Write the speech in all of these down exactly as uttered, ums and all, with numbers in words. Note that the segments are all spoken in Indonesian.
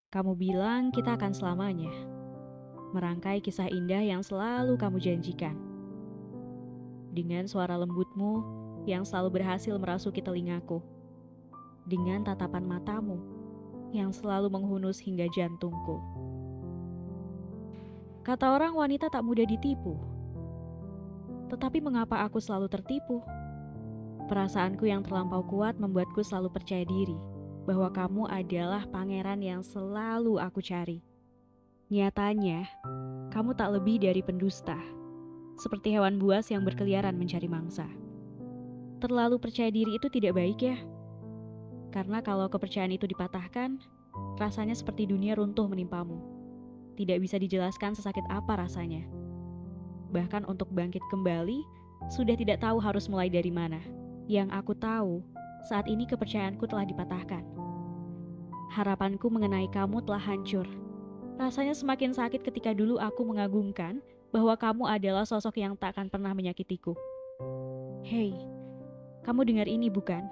Kamu bilang kita akan selamanya, merangkai kisah indah yang selalu kamu janjikan. Dengan suara lembutmu yang selalu berhasil merasuki telingaku. Dengan tatapan matamu yang selalu menghunus hingga jantungku. Kata orang wanita tak mudah ditipu. Tetapi mengapa aku selalu tertipu? Perasaanku yang terlampau kuat membuatku selalu percaya diri bahwa kamu adalah pangeran yang selalu aku cari. Nyatanya, kamu tak lebih dari pendusta, seperti hewan buas yang berkeliaran mencari mangsa. Terlalu percaya diri itu tidak baik ya, karena kalau kepercayaan itu dipatahkan, rasanya seperti dunia runtuh menimpamu. Tidak bisa dijelaskan sesakit apa rasanya. Bahkan untuk bangkit kembali, sudah tidak tahu harus mulai dari mana. Yang aku tahu, saat ini kepercayaanku telah dipatahkan. Harapanku mengenai kamu telah hancur. Rasanya semakin sakit ketika dulu aku mengagumkan bahwa kamu adalah sosok yang tak akan pernah menyakitiku. Hei, kamu dengar ini bukan?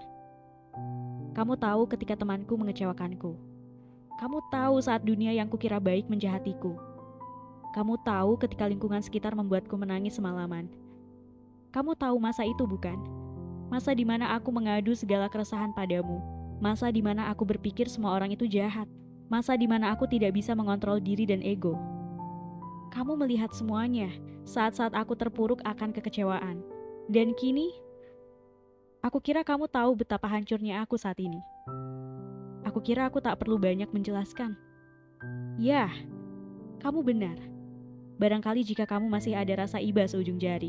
Kamu tahu ketika temanku mengecewakanku. Kamu tahu saat dunia yang kukira baik menjahatiku. Kamu tahu ketika lingkungan sekitar membuatku menangis semalaman. Kamu tahu masa itu bukan? Masa di mana aku mengadu segala keresahan padamu. Masa di mana aku berpikir semua orang itu jahat. Masa di mana aku tidak bisa mengontrol diri dan ego. Kamu melihat semuanya saat-saat aku terpuruk akan kekecewaan. Dan kini, aku kira kamu tahu betapa hancurnya aku saat ini. Aku kira aku tak perlu banyak menjelaskan. Ya, kamu benar. Barangkali jika kamu masih ada rasa iba seujung jari.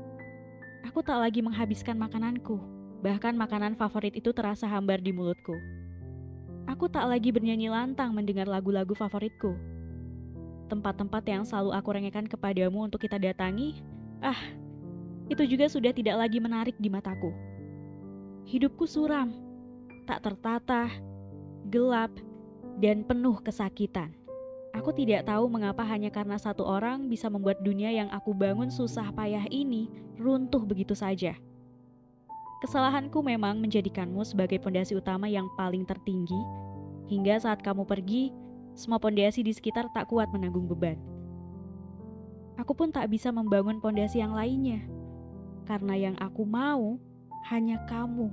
Aku tak lagi menghabiskan makananku. Bahkan makanan favorit itu terasa hambar di mulutku. Aku tak lagi bernyanyi lantang mendengar lagu-lagu favoritku. Tempat-tempat yang selalu aku rengekan kepadamu untuk kita datangi, ah, itu juga sudah tidak lagi menarik di mataku. Hidupku suram, tak tertata, gelap, dan penuh kesakitan. Aku tidak tahu mengapa hanya karena satu orang bisa membuat dunia yang aku bangun susah payah ini runtuh begitu saja. Kesalahanku memang menjadikanmu sebagai pondasi utama yang paling tertinggi, hingga saat kamu pergi, semua pondasi di sekitar tak kuat menanggung beban. Aku pun tak bisa membangun pondasi yang lainnya, karena yang aku mau hanya kamu.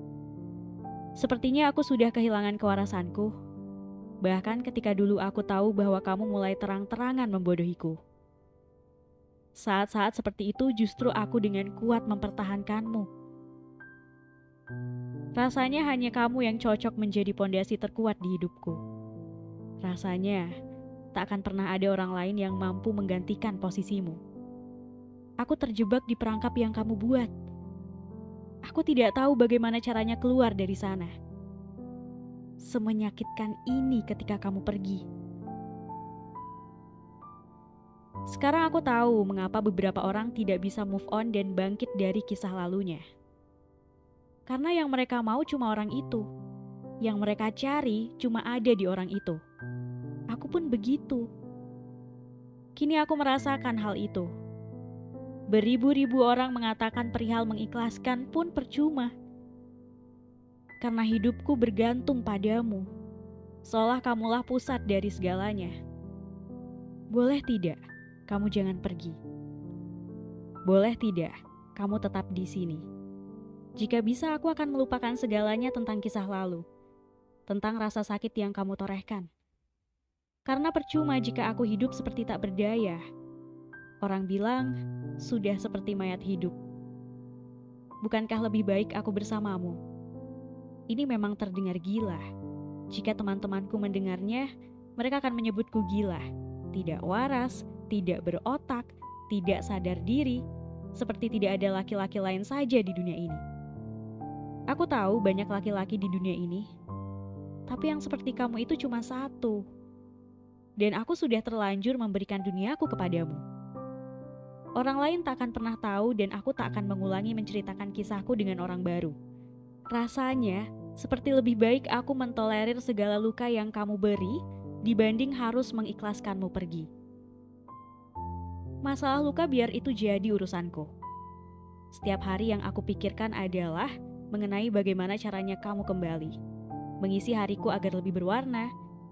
Sepertinya aku sudah kehilangan kewarasanku. Bahkan ketika dulu aku tahu bahwa kamu mulai terang-terangan membodohiku. Saat-saat seperti itu justru aku dengan kuat mempertahankanmu. Rasanya hanya kamu yang cocok menjadi pondasi terkuat di hidupku. Rasanya tak akan pernah ada orang lain yang mampu menggantikan posisimu. Aku terjebak di perangkap yang kamu buat. Aku tidak tahu bagaimana caranya keluar dari sana. Semenyakitkan ini ketika kamu pergi. Sekarang aku tahu mengapa beberapa orang tidak bisa move on dan bangkit dari kisah lalunya. Karena yang mereka mau cuma orang itu. Yang mereka cari cuma ada di orang itu. Aku pun begitu. Kini aku merasakan hal itu. Beribu-ribu orang mengatakan perihal mengikhlaskan pun percuma. Karena hidupku bergantung padamu. Seolah kamulah pusat dari segalanya. Boleh tidak, kamu jangan pergi. Boleh tidak, kamu tetap di sini. Jika bisa, aku akan melupakan segalanya tentang kisah lalu. Tentang rasa sakit yang kamu torehkan. Karena percuma jika aku hidup seperti tak berdaya. Orang bilang, sudah seperti mayat hidup. Bukankah lebih baik aku bersamamu? Ini memang terdengar gila. Jika teman-temanku mendengarnya, mereka akan menyebutku gila. Tidak waras, tidak berotak, tidak sadar diri, seperti tidak ada laki-laki lain saja di dunia ini. Aku tahu banyak laki-laki di dunia ini, tapi yang seperti kamu itu cuma satu. Dan aku sudah terlanjur memberikan duniaku kepadamu. Orang lain tak akan pernah tahu dan aku tak akan mengulangi menceritakan kisahku dengan orang baru. Rasanya seperti lebih baik aku mentolerir segala luka yang kamu beri dibanding harus mengikhlaskanmu pergi. Masalah luka biar itu jadi urusanku. Setiap hari yang aku pikirkan adalah mengenai bagaimana caranya kamu kembali. Mengisi hariku agar lebih berwarna,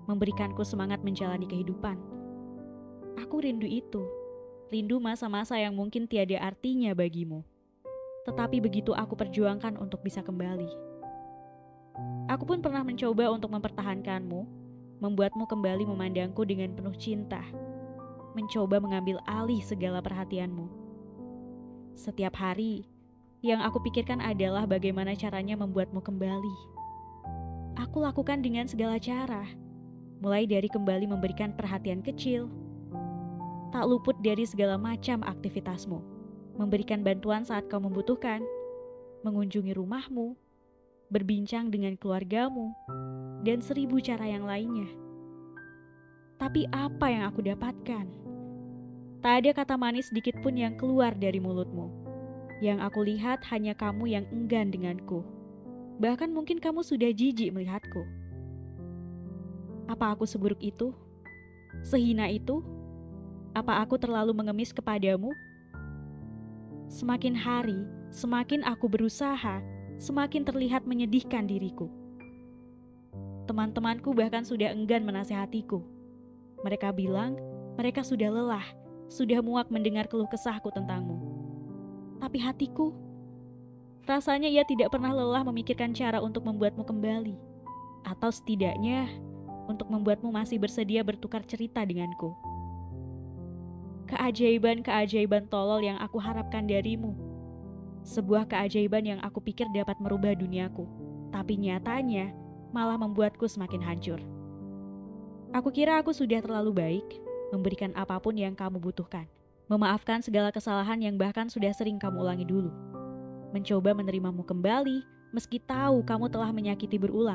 memberikanku semangat menjalani kehidupan. Aku rindu itu, rindu masa-masa yang mungkin tiada artinya bagimu. Tetapi begitu aku perjuangkan untuk bisa kembali. Aku pun pernah mencoba untuk mempertahankanmu, membuatmu kembali memandangku dengan penuh cinta, mencoba mengambil alih segala perhatianmu. Setiap hari, yang aku pikirkan adalah bagaimana caranya membuatmu kembali. Aku lakukan dengan segala cara, mulai dari kembali memberikan perhatian kecil, tak luput dari segala macam aktivitasmu, memberikan bantuan saat kau membutuhkan, mengunjungi rumahmu, berbincang dengan keluargamu, dan seribu cara yang lainnya. Tapi apa yang aku dapatkan? Tak ada kata manis sedikit pun yang keluar dari mulutmu. Yang aku lihat hanya kamu yang enggan denganku. Bahkan mungkin kamu sudah jijik melihatku. Apa aku seburuk itu? Sehina itu? Apa aku terlalu mengemis kepadamu? Semakin hari, semakin aku berusaha, semakin terlihat menyedihkan diriku. Teman-temanku bahkan sudah enggan menasehatiku. Mereka bilang mereka sudah lelah, sudah muak mendengar keluh kesahku tentangmu. Tapi hatiku, rasanya ia tidak pernah lelah memikirkan cara untuk membuatmu kembali. Atau setidaknya, untuk membuatmu masih bersedia bertukar cerita denganku. Keajaiban-keajaiban tolol yang aku harapkan darimu. Sebuah keajaiban yang aku pikir dapat merubah duniaku. Tapi nyatanya, malah membuatku semakin hancur. Aku kira aku sudah terlalu baik, memberikan apapun yang kamu butuhkan. Memaafkan segala kesalahan yang bahkan sudah sering kamu ulangi dulu. Mencoba menerimamu kembali, meski tahu kamu telah menyakiti berulang.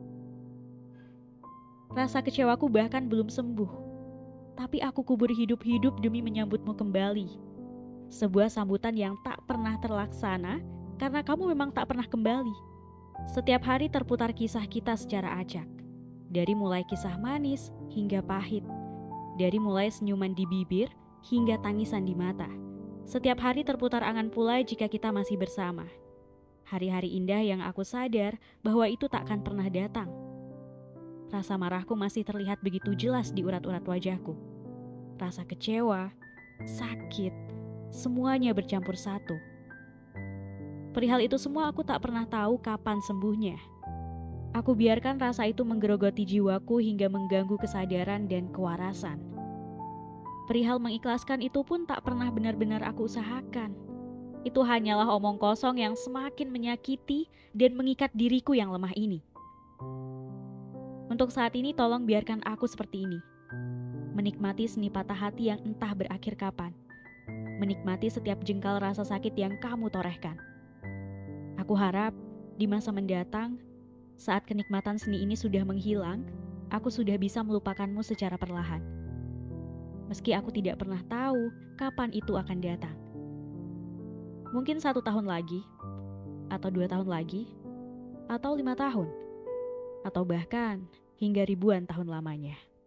Rasa kecewaku bahkan belum sembuh. Tapi aku kubur hidup-hidup demi menyambutmu kembali. Sebuah sambutan yang tak pernah terlaksana, karena kamu memang tak pernah kembali. Setiap hari terputar kisah kita secara acak. Dari mulai kisah manis hingga pahit. Dari mulai senyuman di bibir hingga tangisan di mata. Setiap hari terputar angan pula jika kita masih bersama. Hari-hari indah yang aku sadar bahwa itu takkan pernah datang. Rasa marahku masih terlihat begitu jelas di urat-urat wajahku. Rasa kecewa, sakit, semuanya bercampur satu. Perihal itu semua aku tak pernah tahu kapan sembuhnya. Aku biarkan rasa itu menggerogoti jiwaku hingga mengganggu kesadaran dan kewarasan. Perihal mengikhlaskan itu pun tak pernah benar-benar aku usahakan. Itu hanyalah omong kosong yang semakin menyakiti dan mengikat diriku yang lemah ini. Untuk saat ini tolong biarkan aku seperti ini. Menikmati seni patah hati yang entah berakhir kapan. Menikmati setiap jengkal rasa sakit yang kamu torehkan. Aku harap di masa mendatang, saat kenikmatan seni ini sudah menghilang, aku sudah bisa melupakanmu secara perlahan. Meski aku tidak pernah tahu kapan itu akan datang. Mungkin satu tahun lagi, atau dua tahun lagi, atau lima tahun, atau bahkan hingga ribuan tahun lamanya.